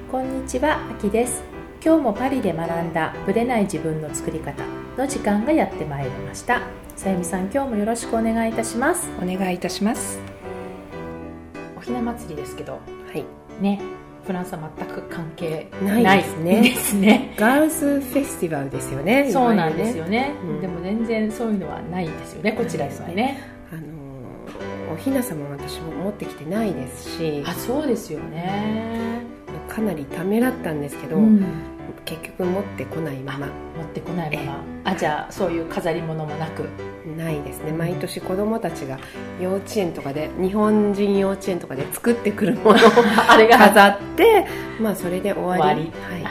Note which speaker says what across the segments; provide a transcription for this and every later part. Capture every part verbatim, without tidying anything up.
Speaker 1: こんにちは、あきです。今日もパリで学んだぶれない自分の作り方の時間がやってまいりました。さゆみさん、今日もよろしくお願いいたします。
Speaker 2: お願いいたします。
Speaker 1: おひな祭りですけど、
Speaker 2: はい
Speaker 1: ね、フランスは全く関係
Speaker 2: ない
Speaker 1: ない
Speaker 2: ですね。
Speaker 1: ですね。
Speaker 2: ガールズフェスティバルですよね。
Speaker 1: そうなんですよね、
Speaker 2: うん、
Speaker 1: でも全然そういうのはないですよね、こちらではね。
Speaker 2: あのおひなさまは私も持ってきてないですし、
Speaker 1: あ、そうですよね。
Speaker 2: かなりためらったんですけど、うん、結局持ってこないまま。
Speaker 1: 持ってこないまま。あ、じゃあそういう飾り物もなく。
Speaker 2: ないですね。毎年子どもたちが幼稚園とかで、日本人幼稚園とかで作ってくるものをあれが飾ってまあそれで終わり。終わり、はい、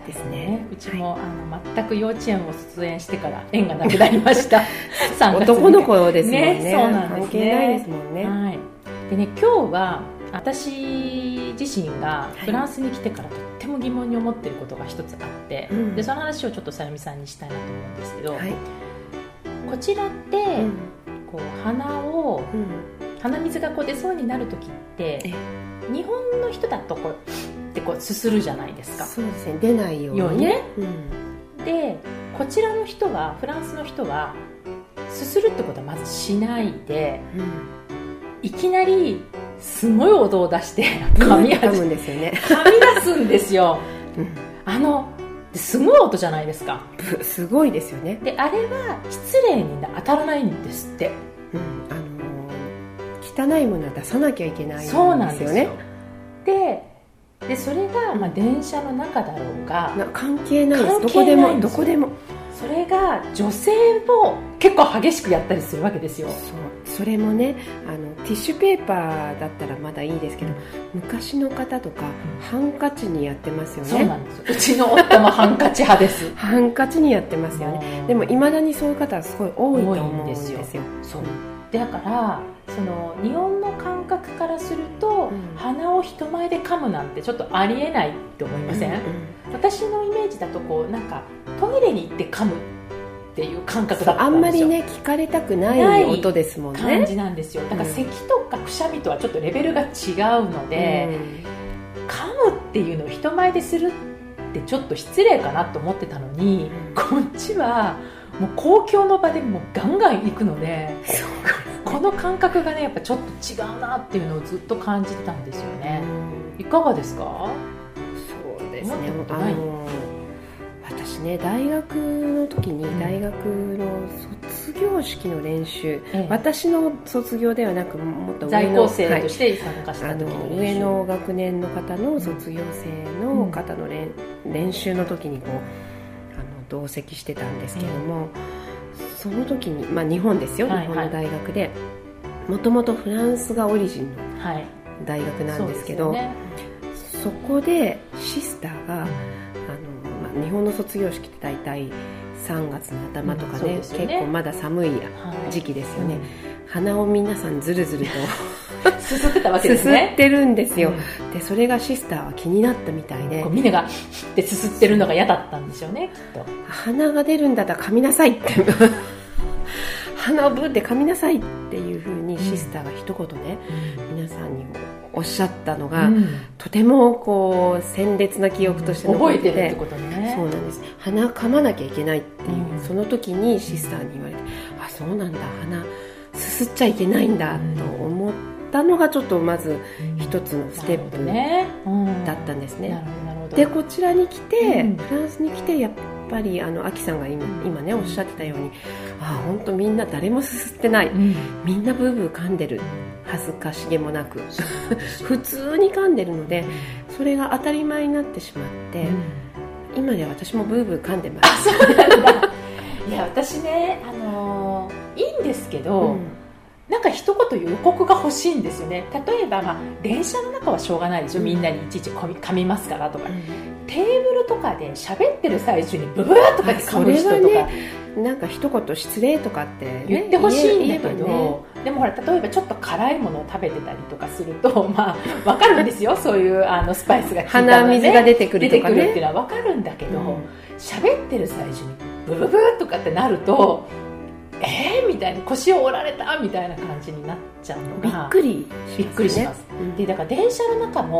Speaker 2: ですね。
Speaker 1: うちも、はい、あの全く幼稚園を卒園してから縁がなくなりました
Speaker 2: 男の子ですもんね。
Speaker 1: ね、そうなんですね。
Speaker 2: 関係ないですもんね。
Speaker 1: はい、でね、今日は私自身がフランスに来てからとっても疑問に思っていることが一つあって、はい、でその話をちょっとさゆみさんにしたいなと思うんですけど、はい、こちらって、うん、こう鼻を、うん、鼻水がこう出そうになるときって日本の人だとこうってこうすするじゃないですか。
Speaker 2: そうですね、出ないようにね、
Speaker 1: うん、でこちらの人は、フランスの人はすするってことはまずしないで、うん、いきなりすごい音を出して噛み始め
Speaker 2: んですよね。
Speaker 1: 噛み出すんですよ、うん、あのすごい音じゃないですか。
Speaker 2: すごいですよね。
Speaker 1: であれは失礼に当たらないんですって、
Speaker 2: うん、あのー、汚いものは出さなきゃいけないんですよね。
Speaker 1: そうなんですよ。ででそれが、まあ、電車の中だろうが
Speaker 2: 関係ないです。どこでもどこでも。
Speaker 1: それが女性も結構激しくやったりするわけですよ。
Speaker 2: そう、それもね、あのティッシュペーパーだったらまだいいですけど、昔の方とか、うん、ハンカチにやってますよね。
Speaker 1: そうなんですよ。うちの夫もハンカチ派です。
Speaker 2: ハンカチにやってますよね。でもいまだにそういう方はすごい多いと思うんですよ。
Speaker 1: そうだからその日本の感覚からすると、うん、鼻を人前で噛むなんてちょっとありえないって思いません？うんうん、私のイメージだとこうなんかトイレに行って噛むっていう感覚だったんですよ。
Speaker 2: あんまりね聞かれたくない音ですもんね。
Speaker 1: 感じなんですよ。だから咳とかくしゃみとはちょっとレベルが違うので、うん、噛むっていうのを人前でするってちょっと失礼かなと思ってたのに、うん、こっちはもう公共の場でもうガンガン行くので、この感覚がねやっぱちょっと違うなっていうのをずっと感じてたんですよね。いかがですか？
Speaker 2: そうですね、あの私ね、大学の時に大学の卒業式の練習、うん、私の卒業ではなくもっと上の
Speaker 1: 在校生として参加した時の、
Speaker 2: はい、あの上の学年の方の卒業生の方の練、うん、練習の時にこうあの同席してたんですけども、うん、その時に、まあ、日本ですよ、はい、日本の大学でもともとフランスがオリジンの大学なんですけど、はい、 そ, ね、そこでシスターが、うん、あのまあ、日本の卒業式って大体さんがつの頭とか ね,、うん、ね、結構まだ寒い時期ですよね、はい、うん、鼻を皆さんずるずると
Speaker 1: すすってたわけですね。
Speaker 2: すすってるんですよ、うん、でそれがシスターは気になったみたいで、
Speaker 1: みんながってすすってるのが嫌だったんでしょうね、きっと。
Speaker 2: 鼻が出るんだったら噛みなさいって鼻をブーって噛みなさいっていう風にシスターが一言ね、うん、皆さんにおっしゃったのが、うん、とてもこう鮮烈な記憶として残ってて、
Speaker 1: うん、覚えてるってことね。
Speaker 2: そうなんです。鼻を噛まなきゃいけないっていう、うん、その時にシスターに言われて、うん、あ、そうなんだ、鼻すすっちゃいけないんだと思ったのがちょっとまず一つのステップだったんですね。なるほどね。うん、でこちらに来て、うん、フランスに来てやっぱりあのアキさんが 今, 今ねおっしゃってたように、あ、本当みんな誰もすすってない、うん、みんなブーブー噛んでる、恥ずかしげもなく普通に噛んでるので、それが当たり前になってしまって、うん、今では私もブーブー噛んでます。
Speaker 1: あ、そうなんだ。いや、私ね、あのー、いいんですけど、うん、なんか一言予告が欲しいんですよね。例えば、まあ、電車の中はしょうがないでしょ、みんなにいちいち噛みますからとか、うん、テーブルとかで喋ってる最中にブブーとかって噛む人とか、
Speaker 2: ね、なんか一言失礼とかって、ね、
Speaker 1: 言ってほしいんだけど、ね、でもほら、例えばちょっと辛いものを食べてたりとかすると、まあ、分かるんですよそういうあのスパイスが効いたので、
Speaker 2: 鼻水が出てくるとかね、
Speaker 1: 出てくるっていうのは分かるんだけど、喋、うん、ってる最中にブブブーとかってなると、えー、みたいな、腰を折られたみたいな感じになっちゃうのが
Speaker 2: びっくり、
Speaker 1: びっくりします、うん、でだから電車の中も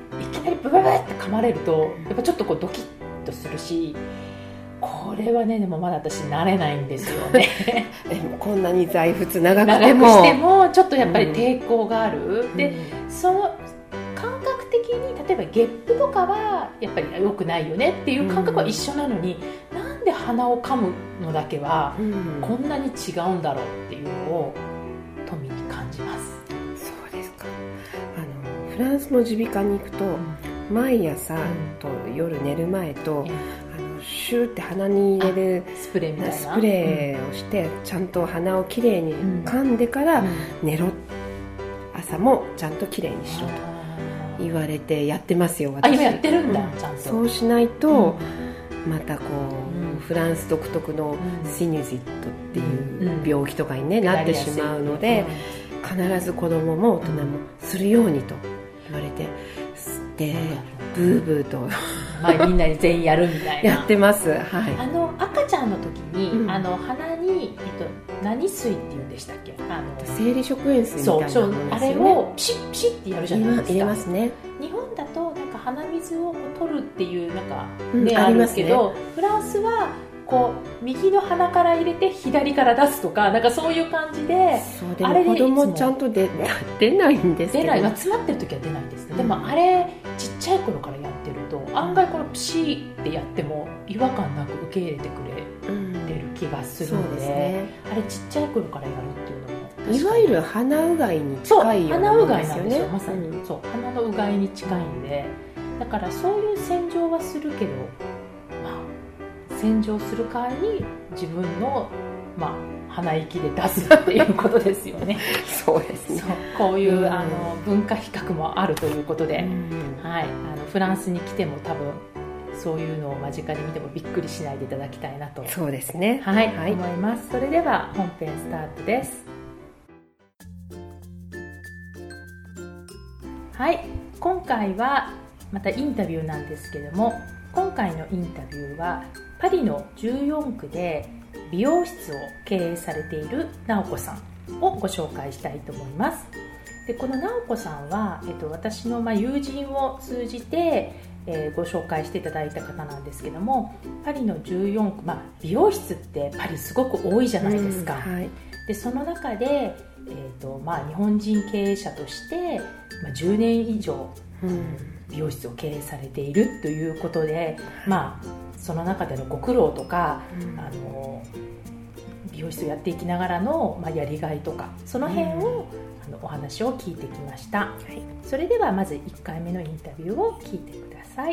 Speaker 1: いきなりブブブって噛まれるとやっぱちょっとこうドキッとするし、これはねでもまだ私慣れないんですよね
Speaker 2: でもこんなに在仏長くても
Speaker 1: 長くしてもちょっとやっぱり抵抗がある、うん、で、
Speaker 2: うん、
Speaker 1: その感覚的に例えばゲップとかはやっぱり良くないよねっていう感覚は一緒なのに、うん、なんで鼻を噛むのだけはこんなに違うんだろうっていうのを富に感じます。
Speaker 2: そうですか。あのフランスの耳鼻科に行くと、うん、毎朝と夜寝る前と、うん、シューって鼻に入れる
Speaker 1: スプレーみたいな
Speaker 2: スプレーをして、うん、ちゃんと鼻をきれいに噛んでから寝ろ、うん、朝もちゃんときれいにしろと言われてやってますよ。
Speaker 1: 私あ今やってるんだ、うん、ちゃんと
Speaker 2: そうしないと、うん、またこう、うん、フランス独特のシニュジットっていう病気とかに、ね、うん、なってしまうので、うん、必ず子供も大人もするようにと言われてでブーブーと
Speaker 1: まあみんなに全員やるみたいな
Speaker 2: やってます、はい、
Speaker 1: あの赤ちゃんの時に、うん、あの鼻に、えっと、何水って言うんでしたっけ、あの
Speaker 2: 生理食塩水みたいなものですよね。
Speaker 1: そうそう、あれをピシッピシッってやるじゃないですか。
Speaker 2: 入れますね。
Speaker 1: 日本だとなんか鼻水を取るっていうなんか、ね、うん、あるけど、ね、フランスはこう右の鼻から入れて左から出すとか、なんかそういう感じで、
Speaker 2: そうでもあれで子供ちゃんと出出ないんですけど、
Speaker 1: 出ない、まあ、詰まってる時は出ないんですけど、うん、でもあれちっちゃい頃からやってると案外このプシーってやっても違和感なく受け入れてくれてる気がするので、うん、そうですね、あれちっちゃい頃からやるっていうのも
Speaker 2: いわゆる鼻うがいに近いようなものですよね。
Speaker 1: そう、鼻うがいなんですよ、まさに、うん、そう鼻のうがいに近いんで、だからそういう洗浄はするけど、まあ、洗浄する代わりに自分の、まあ、鼻息で出すっていうことですよね
Speaker 2: そうですね。
Speaker 1: そう、こういう、うん、あの文化比較もあるということで、うん、はい、あのフランスに来ても多分そういうのを間近に見てもびっくりしないでいただきたいなと、
Speaker 2: そうですね、
Speaker 1: はい、はい、思います。それでは本編スタートです。はい、今回はまたインタビューなんですけども、今回のインタビューはパリのじゅうよんくで美容室を経営されている直子さんをご紹介したいと思います。でこの直子さんは、えっと、私のまあ友人を通じて、えー、ご紹介していただいた方なんですけども、パリのじゅうよんく、まあ、美容室ってパリすごく多いじゃないですか、うん、はい、でその中で、えーとまあ、日本人経営者として、まあ、じゅうねん以上、うん、美容室を経営されているということで、まあ、その中でのご苦労とか、うん、あの美容室をやっていきながらの、まあ、やりがいとかその辺を、うん、あのお話を聞いてきました、はい、それではまずいっかいめのインタビューを聞いてください。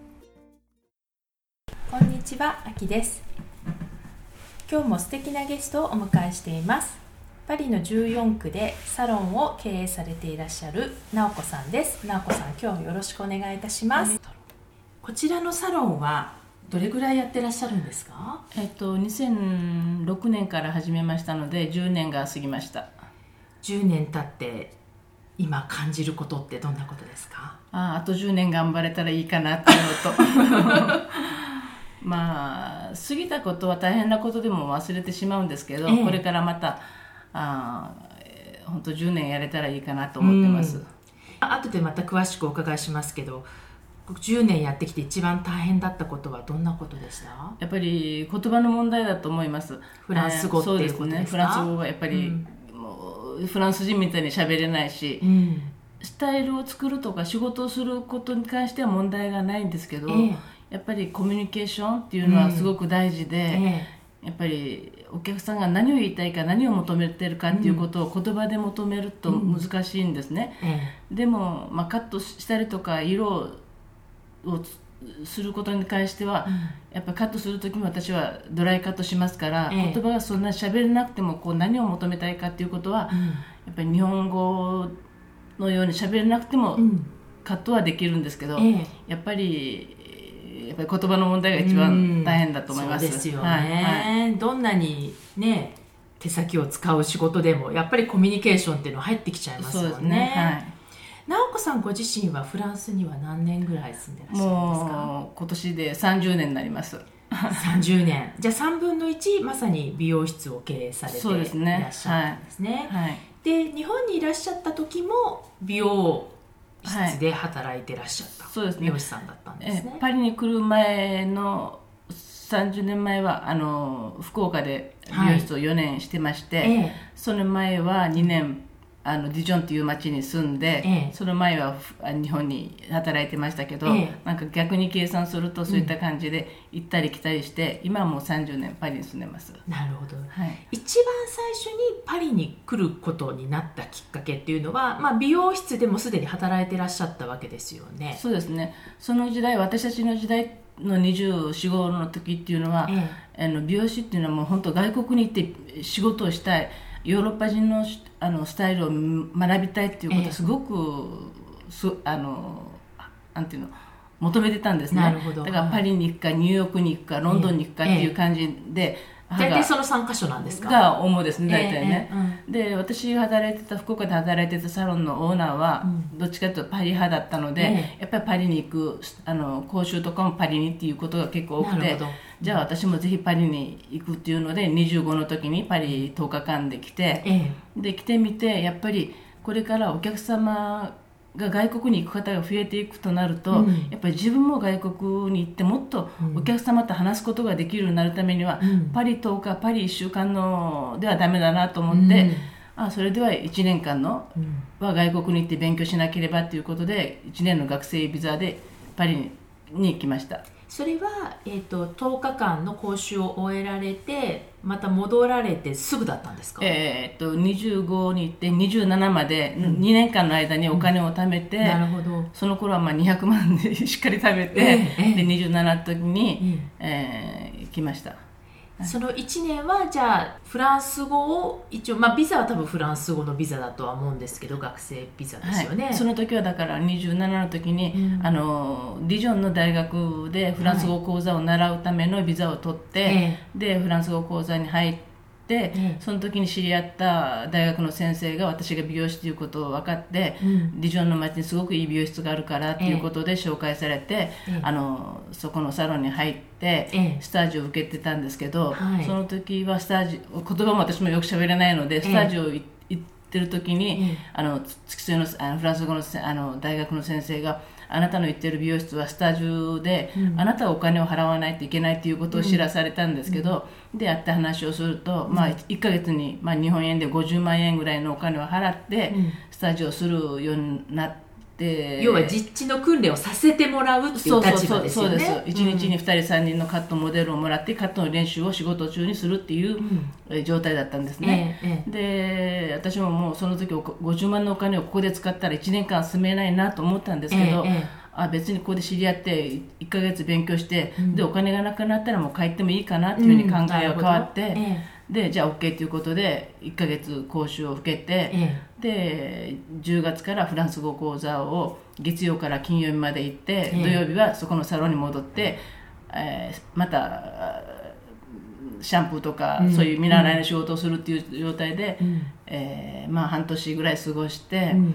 Speaker 1: こんにちは、あきです。今日も素敵なゲストをお迎えしています。パリのじゅうよんくでサロンを経営されていらっしゃる直子さんです。直子さん、今日もよろしくお願いいたします。こちらのサロンはどれぐらいやってらっしゃるんですか？
Speaker 3: えっと、にせんろくねんから始めましたのでじゅうねんが過ぎました。
Speaker 1: じゅうねん経って今感じることってどんなことですか？
Speaker 3: あ, あとじゅうねん頑張れたらいいかなっていうのとまあ過ぎたことは大変なことでも忘れてしまうんですけど、ええ、これからまたあ本当じゅうねんやれたらいいかなと思ってます。
Speaker 1: あとでまた詳しくお伺いしますけど、じゅうねんやってきて一番大変だったことはどんなことでした？
Speaker 3: やっぱり言葉の問題だと思います。
Speaker 1: フランス語っていうことですか？そうですね、
Speaker 3: フランス語はやっぱり、うん、もうフランス人みたいに喋れないし、うん、スタイルを作るとか仕事をすることに関しては問題がないんですけど、えー、やっぱりコミュニケーションっていうのはすごく大事で、うんえー、やっぱりお客さんが何を言いたいか何を求めてるかっていうことを言葉で求めると難しいんですね、うんえー、でも、まあ、カットしたりとか色ををすることに関しては、うん、やっぱカットするときも私はドライカットしますから、ええ、言葉がそんなに喋れなくてもこう何を求めたいかっていうことは、うん、やっぱり日本語のように喋れなくてもカットはできるんですけど、え、やっぱりやっぱり言葉の問題が一番大変だと思います、
Speaker 1: うん、そうですよね、はいはい、どんなにね手先を使う仕事でもやっぱりコミュニケーションっていうのは入ってきちゃいますもんね。そうですね、はい。直子さんご自身はフランスには何年ぐらい住んでらっしゃるんですか？
Speaker 3: もう今年でさんじゅうねんになります。
Speaker 1: さんじゅうねん、じゃあさんぶんのいちまさに美容室を経営されていらっしゃったんですね。はいはい、で日本にいらっしゃった時も美容室で働いてらっしゃった、
Speaker 3: そうですね、
Speaker 1: 美容師さんだったんですね。
Speaker 3: えパリに来る前のさんじゅうねんまえはあの福岡で美容室をよねんしてまして、はい、その前はにねんあのディジョンという町に住んで、ええ、その前は日本に働いてましたけど、ええ、なんか逆に計算するとそういった感じで行ったり来たりして、うん、今はもうさんじゅうねんパリに住んでます。
Speaker 1: なるほど、はい、一番最初にパリに来ることになったきっかけっていうのは、まあ、美容室でもすでに働いてらっしゃったわけですよね。
Speaker 3: そうですね。その時代、私たちの時代のにじゅうよん、ごの時っていうのは、ええ、あの美容師っていうのはもう本当外国に行って仕事をしたい、ヨーロッパ人 の, あのスタイルを学びたいっていうことをすごく、ええ、すあのなんていうの求めてたんですね。
Speaker 1: なるほど。
Speaker 3: だからパリに行くかニューヨークに行くかロンドンに行くかっていう感じで、
Speaker 1: ええ、大体そのさんカ所なんですか？
Speaker 3: が主ですね、大体ね、ええうん、で私が働いてた福岡で働いてたサロンのオーナーはどっちかというとパリ派だったので、ええ、やっぱりパリに行くあの講習とかもパリにっていうことが結構多くて、じゃあ私もぜひパリに行くっていうのでにじゅうごの時にパリとおかかんで来て、ええ、で来てみてやっぱりこれからお客様が外国に行く方が増えていくとなると、うん、やっぱり自分も外国に行ってもっとお客様と話すことができるようになるためには、うん、パリとおかパリいっしゅうかんのではダメだなと思って、うん、あそれではいちねんかんのは外国に行って勉強しなければということでいちねんの学生ビザでパリに行きました。
Speaker 1: それは、えーと、とおかかんの講習を終えられてまた戻られてすぐだったんですか？
Speaker 3: えー、とにじゅうごに行ってにじゅうななまでにねんかんの間にお金を貯めて、うん、なるほど。その頃はまあにひゃくまんでしっかり貯めて、えーえー、でにじゅうななの時に、えーえー、来ました。
Speaker 1: そのいちねんはじゃあフランス語を一応、まあ、ビザは多分フランス語のビザだとは思うんですけど学生ビザですよね、
Speaker 3: はい、その時はだからにじゅうななの時に、うん、あのディジョンの大学でフランス語講座を習うためのビザを取って、はい、でフランス語講座に入ってで、うん、その時に知り合った大学の先生が私が美容師ということを分かって、うん、ディジョンの町にすごくいい美容室があるからということで紹介されて、ええ、あのそこのサロンに入って、え、スタジオを受けてたんですけど、はい、その時はスタジオ言葉も私もよく喋れないのでスタジオ行ってる時に、あの付き添いのあのフランス語のあの大学の先生があなたの言ってる美容室はスタジオで、うん、あなたはお金を払わないといけないということを知らされたんですけど、うん、で会って話をすると、うん、まあ、いっかげつに、まあ、日本円でごじゅうまんえんぐらいのお金を払って、うん、スタジオをするようになって、
Speaker 1: 要は実地の訓練をさせてもらうっていう立場ですよね。そうそうそう、そうです。
Speaker 3: いちにちにふたりさんにんのカットモデルをもらってカットの練習を仕事中にするっていう、うん、状態だったんですね、ええ、で私ももうその時ごじゅうまんのお金をここで使ったらいちねんかん住めないなと思ったんですけど、ええ、あ別にここで知り合っていっかげつ勉強して、うん、でお金がなくなったらもう帰ってもいいかなっていうふうに考えが変わって、うんええ、でじゃあ OK ということでいっかげつ講習を受けて、ええ、でじゅうがつからフランス語講座を月曜から金曜日まで行って、ええ、土曜日はそこのサロンに戻って、えー、またシャンプーとか、うん、そういう見習いの仕事をするっていう状態で、うん、えー、まあ、半年ぐらい過ごして、うん、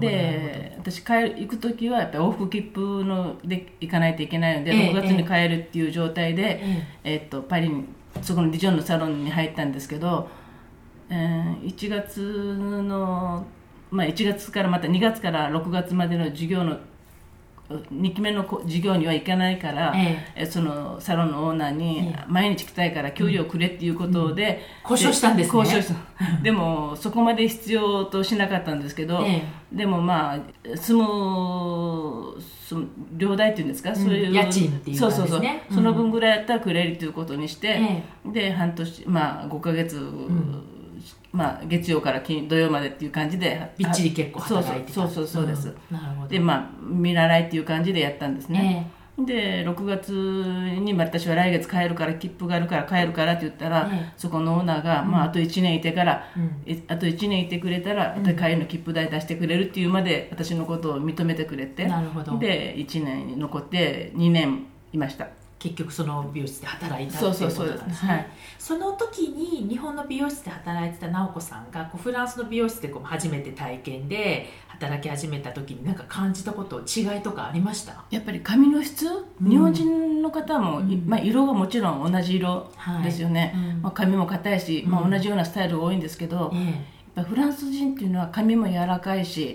Speaker 3: で私帰る行く時はやっぱり往復切符ので行かないといけないので、えー、ろくがつに帰るっていう状態で、えーえー、っとパリにそこのディジョンのサロンに入ったんですけど、えー、いちがつの、まあ、いちがつからまたにがつからろくがつまでの授業のにきめの授業には行かないから、ええ、そのサロンのオーナーに毎日来たいから給料くれっていうことで、
Speaker 1: うん、交渉したんですね。交渉
Speaker 3: したでもそこまで必要としなかったんですけど、ええ、でもまあ住む寮代っていうんですか、うん、そういう
Speaker 1: 家賃っていう感じですね。そうそうそう、
Speaker 3: うん、その分ぐらいやったらくれるということにして、ええ、で半年まあごかげつ、うん、まあ、月曜から金土曜までっていう感じで
Speaker 1: びっちり結構働いてた。
Speaker 3: そうそうそうそうです、
Speaker 1: うん、なるほど。
Speaker 3: でまあ見習いっていう感じでやったんですね、えー、でろくがつに私は来月帰るから切符があるから帰るからって言ったら、えー、そこのオーナーが、うん、まあ、あといちねんいてから、うん、あといちねんいてくれたら、うん、帰りの切符代出してくれるっていうまで私のことを認めてくれて、
Speaker 1: なるほど。
Speaker 3: でいちねん残ってにねんいました。
Speaker 1: 結局その美容室で働いたっていうことなんですね。はい、その時に日本の美容室で働いてた直子さんがこうフランスの美容室でこう初めて体験で働き始めた時に何か感じたこと違いとかありました？
Speaker 3: やっぱり髪の質、うん、日本人の方も、うんまあ、色がもちろん同じ色ですよね、はいうんまあ、髪も硬いし、まあ、同じようなスタイルが多いんですけど、うん、やっぱフランス人っていうのは髪も柔らかいし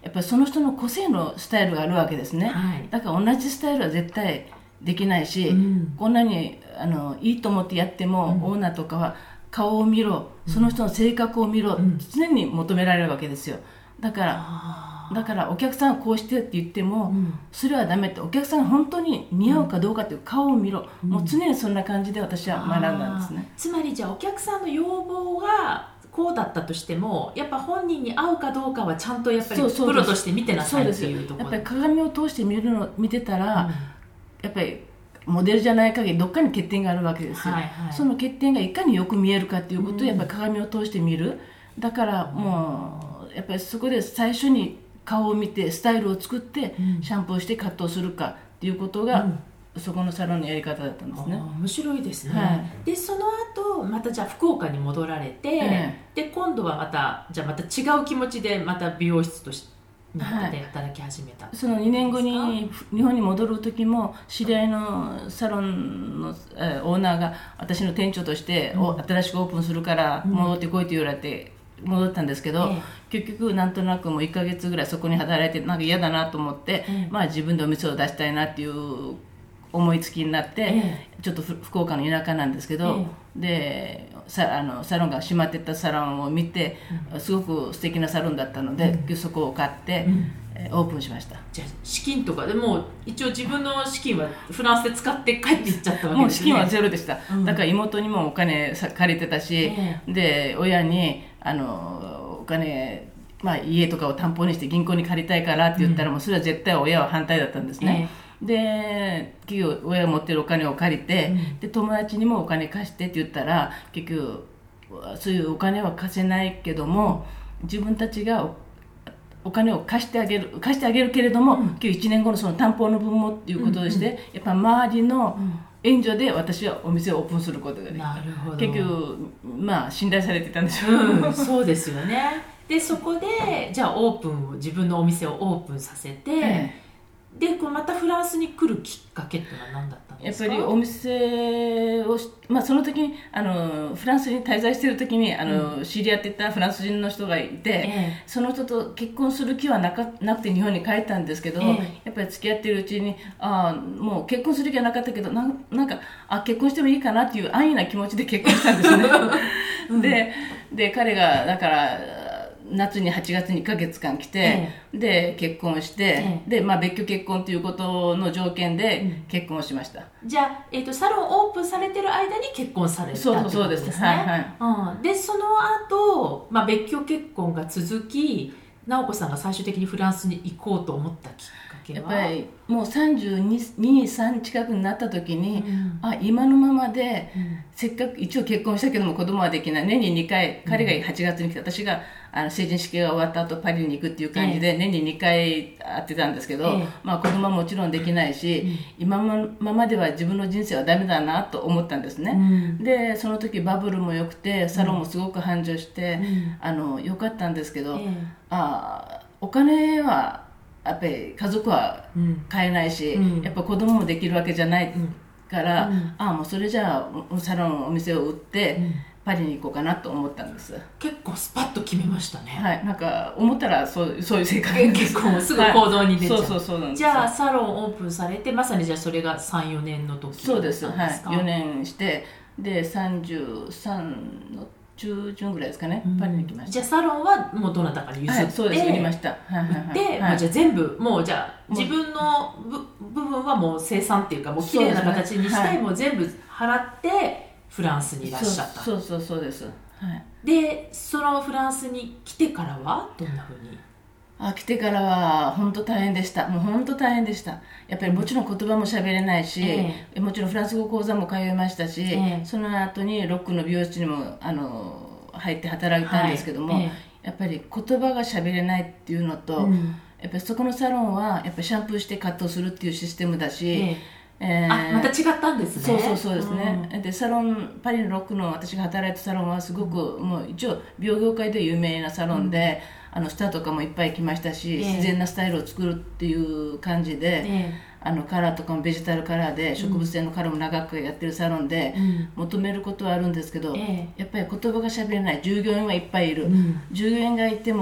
Speaker 3: やっぱりその人の個性のスタイルがあるわけですね、
Speaker 1: はい、
Speaker 3: だから同じスタイルは絶対できないし、うん、こんなにあのいいと思ってやっても、うん、オーナーとかは顔を見ろ、その人の性格を見ろ、うん、常に求められるわけですよ。だからだからお客さんはこうしてって言っても、うん、それはダメって、お客さんが本当に似合うかどうかっていう顔を見ろ、うん、もう常にそんな感じで私は学んだんですね。
Speaker 1: つまりじゃあお客さんの要望がこうだったとしても、やっぱ本人に合うかどうかはちゃんとやっぱりプロとして見てなさいっていうところで、
Speaker 3: やっぱり鏡を通して見るの見てたら、うん、やっぱりモデルじゃない限りどっかに欠点があるわけですよ、はいはい、その欠点がいかによく見えるかっていうことをやっぱり鏡を通して見る。だからもうやっぱりそこで最初に顔を見てスタイルを作ってシャンプーしてカットをするかっていうことが、うん、そこのサロンのやり方だったんですね。
Speaker 1: 面白いですね、はい、でその後またじゃあ福岡に戻られて、ええ、で今度はまたじゃあまた違う気持ちでまた美容室としてで働き始めた、はい、
Speaker 3: そのにねんごに日本に戻る時も知り合いのサロンの、えー、オーナーが私の店長として、うん、新しくオープンするから戻ってこいと言われて戻ったんですけど、うん、結局なんとなくもういっかげつぐらいそこに働いてなんか嫌だなと思って、うん、まあ自分でお店を出したいなっていう思いつきになって、ええ、ちょっと福岡の田舎なんですけど、ええ、で サ, あのサロンが閉まってたサロンを見て、うん、すごく素敵なサロンだったので、うん、そこを買って、うん、オープンしました。
Speaker 1: じゃあ資金とかでも一応自分の資金はフランスで使って帰っていっちゃったわけですね。
Speaker 3: もう資金はゼロでした、うん、だから妹にもお金借りてたし、ええ、で親にあのお金、まあ、家とかを担保にして銀行に借りたいからって言ったら、うん、もうそれは絶対親は反対だったんですね、ええ、で結局親が持ってるお金を借りて、うん、で友達にもお金貸してって言ったら結局そういうお金は貸せないけども自分たちが お, お金を貸してあげる貸してあげるけれども、うん、今日いちねんごのその担保の分もっていうことでして、うんうん、やっぱ周りの援助で私はお店をオープンすることができた。
Speaker 1: なるほど。
Speaker 3: 結局まあ信頼されてたんでしょう、
Speaker 1: うん、そうですよね。でそこでじゃあオープンを自分のお店をオープンさせて、ええでこうまたフランスに来るきっかけってのは何だったんですか？
Speaker 3: やっぱりお店を、まあ、その時にあのフランスに滞在している時にあの、うん、知り合ってたフランス人の人がいて、ええ、その人と結婚する気はなかなくて日本に帰ったんですけど、ええ、やっぱり付き合っているうちにあもう結婚する気はなかったけど な, なんかあ結婚してもいいかなっていう安易な気持ちで結婚したんですね、うん、で, で彼がだから夏にはちがつにいっかげつかん来て、ええ、で結婚して、ええでまあ、別居結婚ということの条件で結婚をしました、
Speaker 1: うん、じゃあ、えーと、サロンオープンされてる間に結婚されたってことですね。そうです、はいはいうん、でその後、まあ別居結婚が続き直子さんが最終的にフランスに行こうと思ったきっかけは
Speaker 3: やっぱりもうさんじゅうに、さん近くになった時に、うん、あ今のままで、うん、せっかく一応結婚したけども子供はできない年ににかい彼がはちがつに来て、うん、私があの成人式が終わった後パリに行くっていう感じで、ええ、年ににかい会ってたんですけど、ええまあ、子供はもちろんできないし、うん、今のままでは自分の人生はダメだなと思ったんですね、うん、でその時バブルも良くてサロンもすごく繁盛して、うん、あの良かったんですけど、ええ、あお金はやっぱり家族は買えないし、うん、やっぱ子供もできるわけじゃないから、うん、あもうそれじゃあサロンお店を売って、うんパリに行こうかなと思ったんです。
Speaker 1: 結構スパッと決めましたね。
Speaker 3: はい、なんか思ったらそうそういう性格
Speaker 1: です。結構すぐ行動に出ちゃう。
Speaker 3: はい、そうそうそうなんです。
Speaker 1: じゃあサロンオープンされてまさにじゃあそれがさん、よねんの時だったんですか？
Speaker 3: そうです。はい。よねんしてでさんじゅうさんの中旬ぐらいですかね、うん、パリに来ました。
Speaker 1: じゃあサロンはもうどなたかに譲って、はい、
Speaker 3: そうです売りました。はいはいはい。
Speaker 1: で、はいまあ、じゃあ全部もうじゃあ自分の部分はもう生産っていうかもう綺麗な形にしたい、ね、もう全部払ってフランスにいらっしゃった。
Speaker 3: そうそうそうです。はい、
Speaker 1: でそのフランスに来てからはどんなふうに？
Speaker 3: あ来てからは本当大変でした。もう本当大変でした。やっぱりもちろん言葉も喋れないし、えー、もちろんフランス語講座も通いましたし、えー、その後にロックの美容室にもあの入って働いたんですけども、はいえー、やっぱり言葉が喋れないっていうのと、うん、やっぱりそこのサロンはやっぱりシャンプーしてカットするっていうシステムだし、えー
Speaker 1: えー、あまた違ったんですね。
Speaker 3: そうそうそうですね、うん、でサロンパリのロックの私が働いたサロンはすごく、うん、もう一応美容業界で有名なサロンで、うん、あのスターとかもいっぱい来ましたし、えー、自然なスタイルを作るっていう感じで、えー、あのカラーとかもベジタルカラーで植物性のカラーも長くやってるサロンで、うん、求めることはあるんですけど、えー、やっぱり言葉がしゃべれない従業員はいっぱいいる、うん、従業員がいても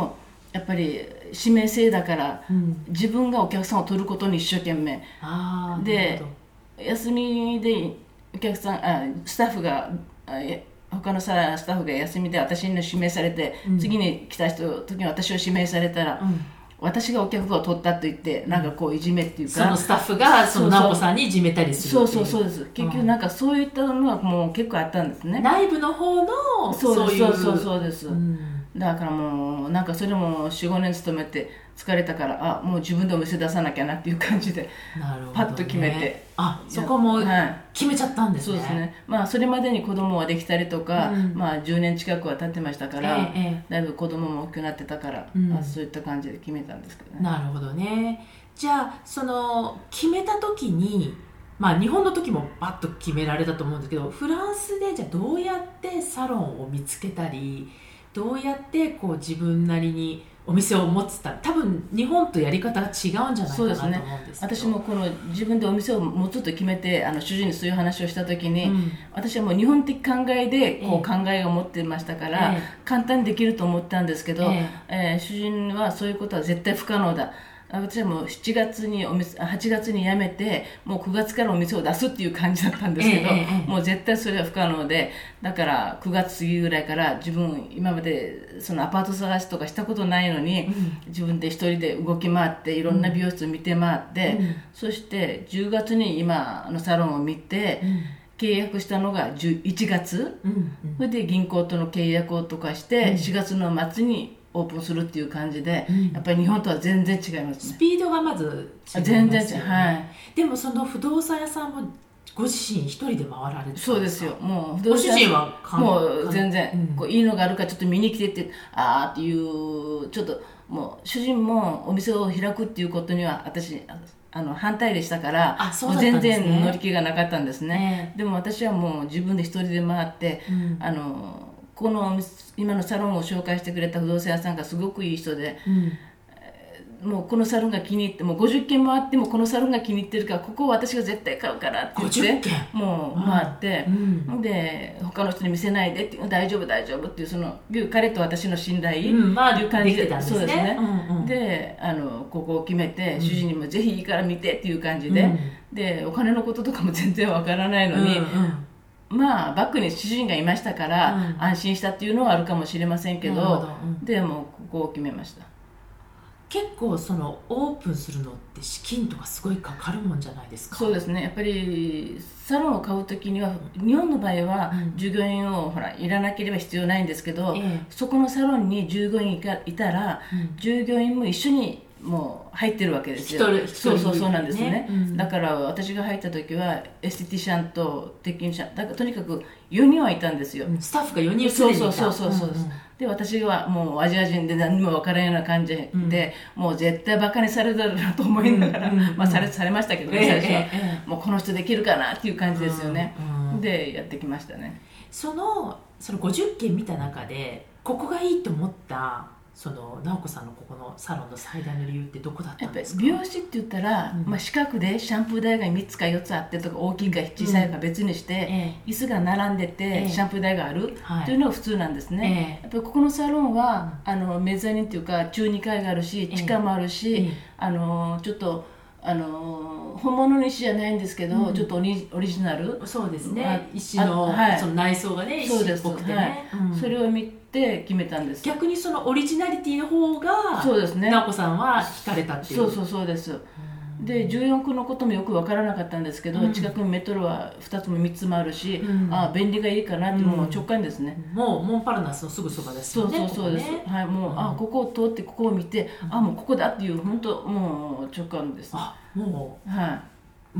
Speaker 3: やっぱり指名制だから、
Speaker 1: うん、
Speaker 3: 自分がお客さんを取ることに一生懸命
Speaker 1: あ
Speaker 3: で、休みでお客さんあスタッフが他のさスタッフが休みで私に指名されて、うん、次に来た人時に私を指名されたら、うん、私がお客を取ったと言ってなんかこういじめっていうか、
Speaker 1: そのスタッフがその直子さんにいじめたりするっていう。
Speaker 3: そうそうそうです。結局なんかそういったのはもう結構あったんですね。
Speaker 1: 内部の方の
Speaker 3: そうそうそうそうです、うん、だからもうなんかそれも よん、ごねん勤めて疲れたからあもう自分でお店出さなきゃなっていう感じで、
Speaker 1: なるほどね、
Speaker 3: パッと決めて
Speaker 1: あそこも決めちゃったんですね。
Speaker 3: はい、そうですね。まあそれまでに子供はできたりとか、うん、まあじゅうねん近くは経ってましたから、ええ、だいぶ子供も大きくなってたから、うん、まあ、そういった感じで決めたんですけどね。
Speaker 1: なるほどね。じゃあその決めた時にまあ日本の時もバッと決められたと思うんですけど、フランスでじゃあどうやってサロンを見つけたりどうやってこう自分なりにお店を持つた多分日本とやり方が違うんじゃないかなと思うんですけど。そうですね。
Speaker 3: 私もこの自分でお店を持つと決めてあの主人にそういう話をした時に、うん、私はもう日本的考えでこう考えを持ってましたから、ええ、簡単にできると思ったんですけど、えええー、主人はそういうことは絶対不可能だ、私はもうしちがつにお店はちがつに辞めてもうくがつからお店を出すっていう感じだったんですけど、ええ、もう絶対それは不可能で、だからくがつ過ぎぐらいから自分今までそのアパート探しとかしたことないのに、うん、自分で一人で動き回っていろんな美容室を見て回って、うん、そしてじゅうがつに今のサロンを見て、うん、契約したのがいちがつ、うんうん、それで銀行との契約をとかして、うん、しがつの末にオープンするっていう感じで、うん、やっぱり日本とは全然違いますね。
Speaker 1: スピードがまず違いますよね。全然違う、はい、でもその不動産屋さんもご自身一人で回られてたんですか？
Speaker 3: そうですよ。もう
Speaker 1: ご主人は
Speaker 3: もう全然、うん、こういいのがあるからちょっと見に来てってあーっていうちょっともう主人もお店を開くっていうことには私あの反対でしたから、
Speaker 1: あ、そうだったんですね。
Speaker 3: 全然乗り気がなかったんですね、えー、でも私はもう自分で一人で回って、うん、あのこの今のサロンを紹介してくれた不動産屋さんがすごくいい人で、うん、もうこのサロンが気に入ってもうごじゅっけん回ってもこのサロンが気に入ってるからここを私が絶対買うからって言って
Speaker 1: ごじゅっけん
Speaker 3: もう回って、うん、で他の人に見せないでって大丈夫大丈夫っていうその彼と私の信頼、
Speaker 1: うん、まあ
Speaker 3: いう感じで、
Speaker 1: できてたんですね。
Speaker 3: そうですね、
Speaker 1: うんうん、
Speaker 3: であのここを決めて、うん、主人にもぜひいいから見てっていう感じで、うん、でお金のこととかも全然わからないのに、うんうん、まあバックに主人がいましたから、うん、安心したっていうのはあるかもしれませんけど、うん、でもここを決めました。
Speaker 1: 結構そのオープンするのって資金とかすごいかかるもんじゃないですか？
Speaker 3: そうですね。やっぱりサロンを買うときには日本の場合は従業員を、うん、ほらいらなければ必要ないんですけど、ええ、そこのサロンに従業員がいたら、うん、従業員も一緒にもう入ってるわけですよ。
Speaker 1: 一人
Speaker 3: そうそうそうなんですね、
Speaker 1: うん、
Speaker 3: だから私が入った時はエステティシャンとテクニシャンだからとにかくよにんはいたんですよ、
Speaker 1: うん、スタッフがよにんすでにいた。
Speaker 3: そうそうそうそうです、うんうん、で私はもうアジア人で何にも分からないような感じで、うん、もう絶対バカにされるなと思いながら、うんうんうん、まあ、され、されましたけどね、最初は、ええええ、もうこの人できるかなっていう感じですよね、うんうん、でやってきましたね。
Speaker 1: その、そのごじゅっけん見た中でここがいいと思ったその直子さんのここのサロンの最大の理由ってどこだったんですか？
Speaker 3: やっぱり美容師って言ったら、うん、まあ、近くでシャンプー台がみっつかよっつあってとか大きいか小さいか別にして、うん、ええ、椅子が並んでて、ええ、シャンプー台がある、はい、というのが普通なんですね、ええ、やっぱりここのサロンは、うん、あのメザニンっていうか中にかいがあるし地下もあるし、ええ、あのちょっとあの本物の石じゃないんですけど、うん、ちょっとオリ、オリジナル、
Speaker 1: そうですね、石の、はい、その内装がね石っぽくてね、
Speaker 3: はい、うん、それを見て決めたんです。
Speaker 1: 逆にそのオリジナリティの方が
Speaker 3: そうですね、
Speaker 1: 直子さんは惹かれたっていう。
Speaker 3: そうそうそうです、うん、でじゅうよんくのこともよく分からなかったんですけど、うん、近くにメトロはふたつもみっつもあるし、うん、あ便利がいいかなっていうのも直感ですね、
Speaker 1: うん、もうモンパルナスのすぐそばですよね。
Speaker 3: そうそうそうです、ここね、はい、もう、うん、あここを通ってここを見て、うん、あもうここだっていう本当もう直感です、ね、
Speaker 1: あもう、
Speaker 3: はい、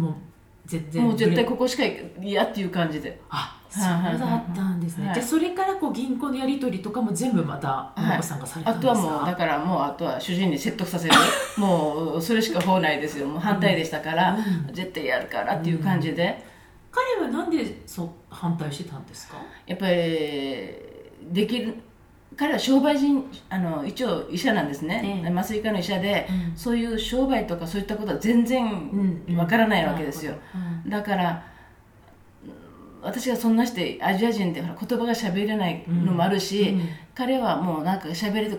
Speaker 1: もう全然
Speaker 3: もう絶対ここしか嫌っていう感じで。
Speaker 1: あそうだったんですね、はい、じゃあそれからこう銀行のやり取りとかも全部また直子さんがされたんですか？
Speaker 3: はい、あとはもうだからもうあとは主人に説得させるもうそれしか方ないですよ。もう反対でしたから、うん、絶対やるからっていう感じで、うん、
Speaker 1: 彼はなんでそう反対してたんですか？
Speaker 3: やっぱりできる彼は商売人、あの一応医者なんですね、ええ、麻酔科の医者で、うん、そういう商売とかそういったことは全然わからないわけですよ、うん、だから私がそんなしてアジア人でほら言葉が喋れないのもあるし、うんうん、彼はもうなんか喋れてこ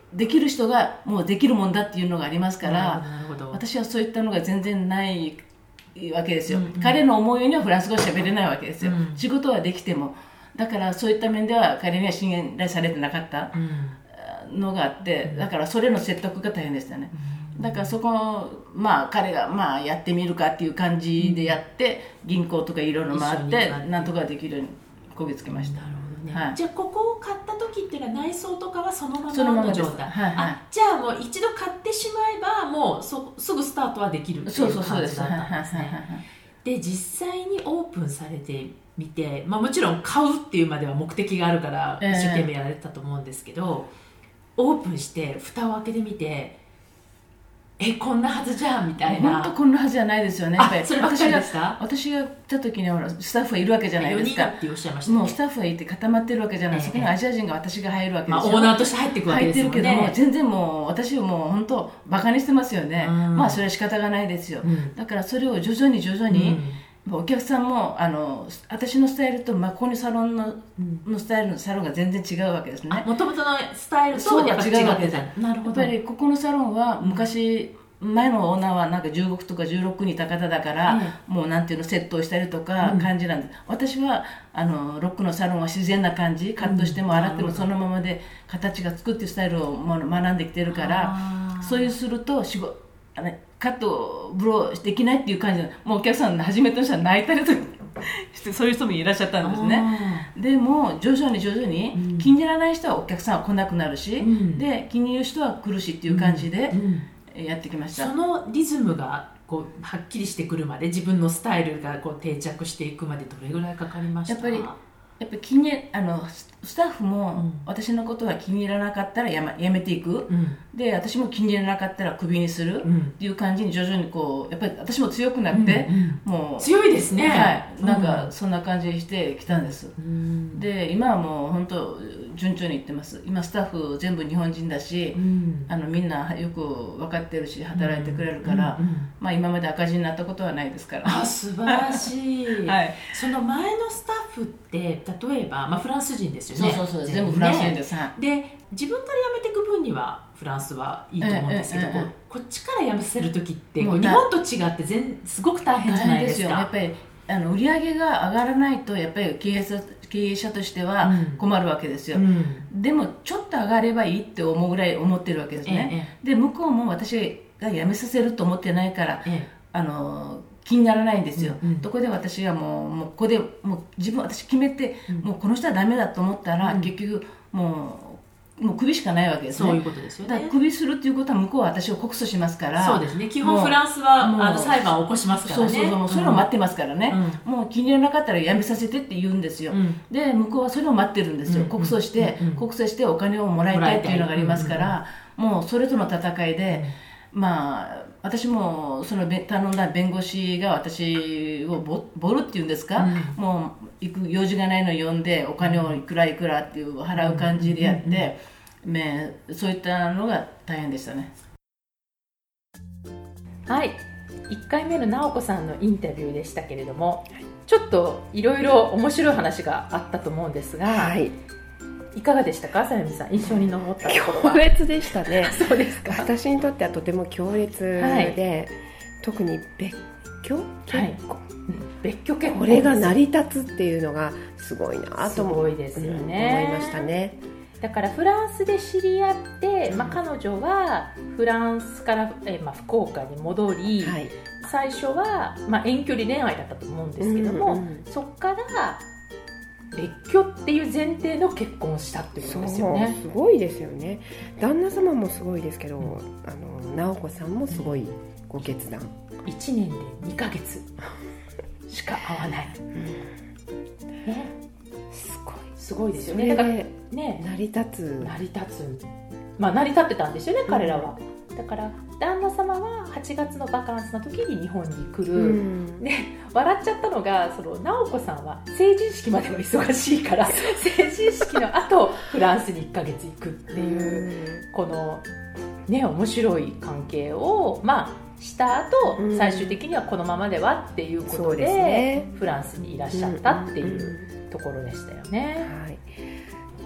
Speaker 3: できる人がもうできるもんだっていうのがありますから、
Speaker 1: なるほど。
Speaker 3: 私はそういったのが全然ないわけですよ、
Speaker 1: うんうん、
Speaker 3: 彼の思うようにはフランス語喋れないわけですよ、うん、仕事はできても。だからそういった面では彼には信頼されてなかったのがあって、うん、だからそれの説得が大変でしたね、うん、だからそこまあ彼がまあやってみるかっていう感じでやって、うん、銀行とかいろいろ回ってなんとかできるようにこぎつけました。
Speaker 1: なるほどね、
Speaker 3: はい、
Speaker 1: じゃあここを買った時っていうのは内装とかはそのままの状態、
Speaker 3: はいはい、
Speaker 1: あじゃあもう一度買ってしまえばもう そすぐスタートはできるっていう感じだったんですね。で実際にオープンされてみて、まあ、もちろん買うっていうまでは目的があるから一生懸命やられてたと思うんですけど、えー、オープンして蓋を開けてみてえこんなはずじゃんみたいな。
Speaker 3: 本当こんなはずじゃないですよね。やっぱり
Speaker 1: そればっかりでした。
Speaker 3: 私が来た時にはスタッフがいるわけじゃないですか。
Speaker 1: よにんっておっしゃいましたね。
Speaker 3: もうスタッフがいて固まってるわけじゃない、えー、そこにアジア人が私が入るわけですよ、
Speaker 1: まあ、オーナーとして入っていくわけですよね。
Speaker 3: 入ってるけども全然もう私をもう本当バカにしてますよね、うん、まあそれは仕方がないですよ、うん、だからそれを徐々に徐々に、うん、お客さんもあの私のスタイルと、まあ、ここにサロン の,、うん、のスタイルのサロンが全然違うわけですね。
Speaker 1: もともとのスタイルとやっぱ違うわけです。
Speaker 3: なるほど。やっぱりここのサロンは昔、うん、前のオーナーはなんかじゅうごとかじゅうろくにいた方だから、うん、もうなんていうのセットをしたりとか感じなんです、うん、私はあのロックのサロンは自然な感じ、カットしても洗ってもそのままで形がつくっていうスタイルを学んできてるから、そういうすると仕事あのカットブローできないっていう感じで、もうお客さん初めての人は泣いたりとかしてそういう人もいらっしゃったんですね。でも徐々に徐々に気に入らない人はお客さんは来なくなるし、うん、で気に入る人は来るしっていう感じで、うんうんやってきました。
Speaker 1: そのリズムがこうはっきりしてくるまで、自分のスタイルがこう定着していくまでどれぐらいかかりました？
Speaker 3: やっぱりやっぱり気にあのスタッフも私のことは気に入らなかったらやめ、やめていく、うん、で私も気に入らなかったらクビにするっていう感じに徐々にこうやっぱり私も強くなって、うんうん、もう
Speaker 1: 強いですね、
Speaker 3: はい、なんかそんな感じにしてきたんです、うん、で今はもう本当順調にいってます。今スタッフ全部日本人だし、うん、あのみんなよく分かってるし働いてくれるから、うんうんうん、まあ、今まで赤字になったことはないですから。
Speaker 1: あ素晴らしい、はい、その前のスタッフって例えば、まあ、フランス人ですよね。
Speaker 3: そうそうそう全部フランス人です、ね、
Speaker 1: で自分から辞めていく分にはフランスはいいと思うんですけど、ええええ、こ, こっちから辞めさせる時って日本と違って全すごく大変じゃないですか。
Speaker 3: 大変ですよ。やっぱりあの売り上げが上がらないとやっぱり経営者、経営者としては困るわけですよ、うん、でもちょっと上がればいいって思うぐらい思ってるわけですね、ええ、で向こうも私が辞めさせると思ってないから、ええ、あの気にならないんですよ、うんうん、どこで私はもう、もうここでもう自分私決めて、うん、もうこの人はダメだと思ったら、うん、結局もうもうクビしかないわけですね。
Speaker 1: そういうことですよね。
Speaker 3: だからクビするっていうことは向こうは私を告訴しますから。
Speaker 1: そうですね。基本フランスはあの裁判を起こしますからね。
Speaker 3: そうそうそう、それを待ってますからね、うん、もう気に入らなかったら辞めさせてって言うんですよ、うん、で向こうはそれを待ってるんですよ、うん、告訴して、うん、告訴してお金をもらいたいっていうのがありますから、うん、もうそれとの戦いで、うん、まあ私もその頼んだ弁護士が私をボボルっていうんですか、うん、もう行く用事がないのを呼んでお金をいくらいくらっていう払う感じでやって、うんうんうんね、そういったのが大変でしたね。
Speaker 1: はい、いっかいめの直子さんのインタビューでしたけれども、はい、ちょっといろいろ面白い話があったと思うんですが、はい、いかがでしたか、さゆみさん、印象に残ったところは。
Speaker 2: 強烈でしたね。
Speaker 1: そうですか。
Speaker 2: 私にとってはとても強烈で、はい、特に別居結婚、はい、
Speaker 1: 別居結婚、
Speaker 2: これが成り立つっていうのがすごいなと思
Speaker 1: いですよね、
Speaker 2: うん、思いましたね。
Speaker 1: だからフランスで知り合って、まあ、彼女はフランスから、えまあ、福岡に戻り、はい、最初は、まあ、遠距離恋愛だったと思うんですけども、うんうん、そこから別居っていう前提の結婚をしたっていうことですよね。
Speaker 2: すごいですよね。旦那様もすごいですけど、うん、あの直子さんもすごいご決断、
Speaker 1: いちねんでにかげつしか会わない、うんね、すごいすごいですよね。だからね、
Speaker 2: 成り立つ
Speaker 1: 成り立つ、まあ、成り立ってたんですよね、彼らは。だから旦那様ははちがつのバカンスの時に日本に来る、うん、で笑っちゃったのが、その直子さんは成人式までは忙しいから成人式の後フランスにいっかげつ行くっていう、うん、このね面白い関係をまあした後、うん、最終的にはこのままではっていうことで、ね、フランスにいらっしゃったっていうところでしたよね、
Speaker 2: うんうん、はい。いや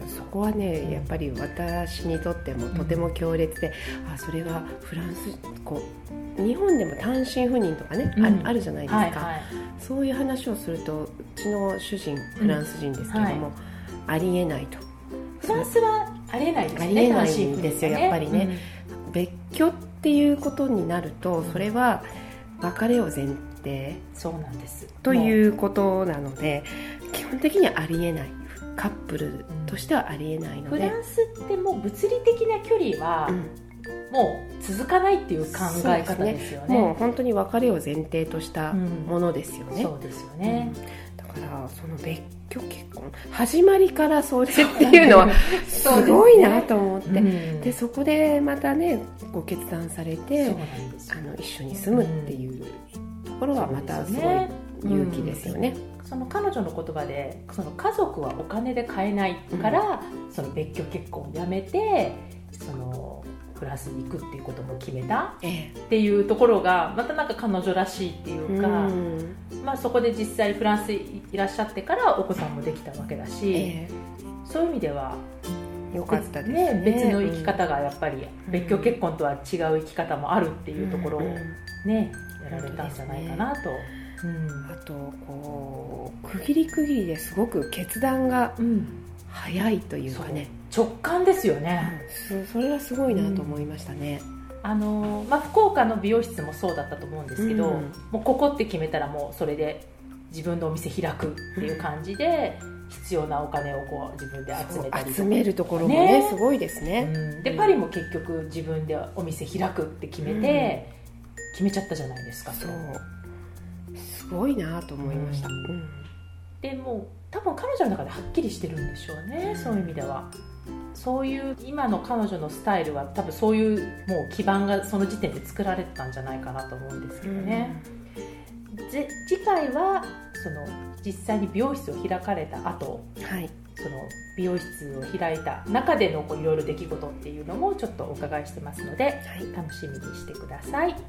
Speaker 2: そこはねやっぱり私にとってもとても強烈で、うん、あそれがフランスこう日本でも単身赴任とかね、うん、あ, あるじゃないですか、はいはい、そういう話をするとうちの主人フランス人ですけども、うんはい、ありえないと。
Speaker 1: フランスはありえないですね。
Speaker 2: ありえないんですよ、やっぱりね、うん、別居っていうことになるとそれは別れを前提
Speaker 1: そうなんです
Speaker 2: ということなので基本的にはありえない、カップルとしてはありえないので、
Speaker 1: フランスってもう物理的な距離は、うんもう続かないっていう考え方ですよね。
Speaker 2: もう本当に別れを前提としたものですよね、
Speaker 1: うん、そうですよね、
Speaker 2: うん、だからその別居結婚始まりからそれっていうのはすごいなと思って、ねうん、でそこでまたねご決断されてあの一緒に住むっていうところはまたすごい勇気ですよね、
Speaker 1: うん、その彼女の言葉でその家族はお金で買えないから、うん、その別居結婚をやめてそのフランスに行くっていうことも決めた、ええ、っていうところがまたなんか彼女らしいっていうか、うんまあ、そこで実際フランスいらっしゃってからお子さんもできたわけだし、ええ、そういう意味では
Speaker 2: よかったですね、
Speaker 1: ね別の生き方がやっぱり別居結婚とは違う生き方もあるっていうところをね、うん、やられたんじゃないかなと、
Speaker 2: うん、あとこう区切り区切りですごく決断が早いというかね、
Speaker 1: 直感ですよね、
Speaker 2: うん、それはすごいなと思いましたね、
Speaker 1: うんあのまあ、福岡の美容室もそうだったと思うんですけど、うん、もうここって決めたらもうそれで自分のお店開くっていう感じで、うん、必要なお金をこう自分で集めたりとか
Speaker 2: 集めるところもね、ねすごいですね、
Speaker 1: うん、でパリも結局自分でお店開くって決めて、うん、決めちゃったじゃないですか。
Speaker 2: そうすごいなと思いました、うん、
Speaker 1: でも多分彼女の中ではっきりしてるんでしょうね、うん、そういう意味ではそういう今の彼女のスタイルは多分そういうもう基盤がその時点で作られてたんじゃないかなと思うんですけどね、うん、ぜ次回はその実際に美容室を開かれた後、はい、その美容室を開いた中でのいろいろ出来事っていうのもちょっとお伺いしてますので、はい、楽しみにしてください。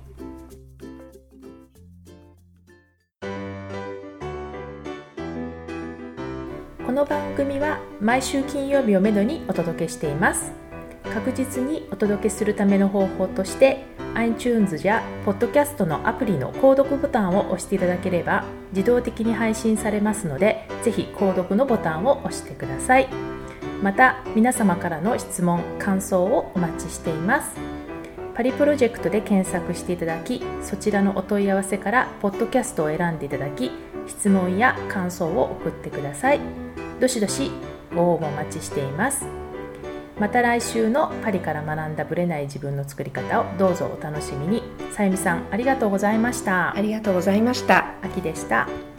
Speaker 1: この番組は毎週金曜日をめどにお届けしています。確実にお届けするための方法として iTunes や Podcast のアプリの購読ボタンを押していただければ自動的に配信されますので、ぜひ購読のボタンを押してください。また皆様からの質問・感想をお待ちしています。パリプロジェクトで検索していただき、そちらのお問い合わせからポッドキャストを選んでいただき、質問や感想を送ってください。どしどしご応募お待ちしています。また来週のパリから学んだブレない自分の作り方をどうぞお楽しみに。さゆみさんありがとうございました。
Speaker 2: ありがとうございました。
Speaker 1: あきでした。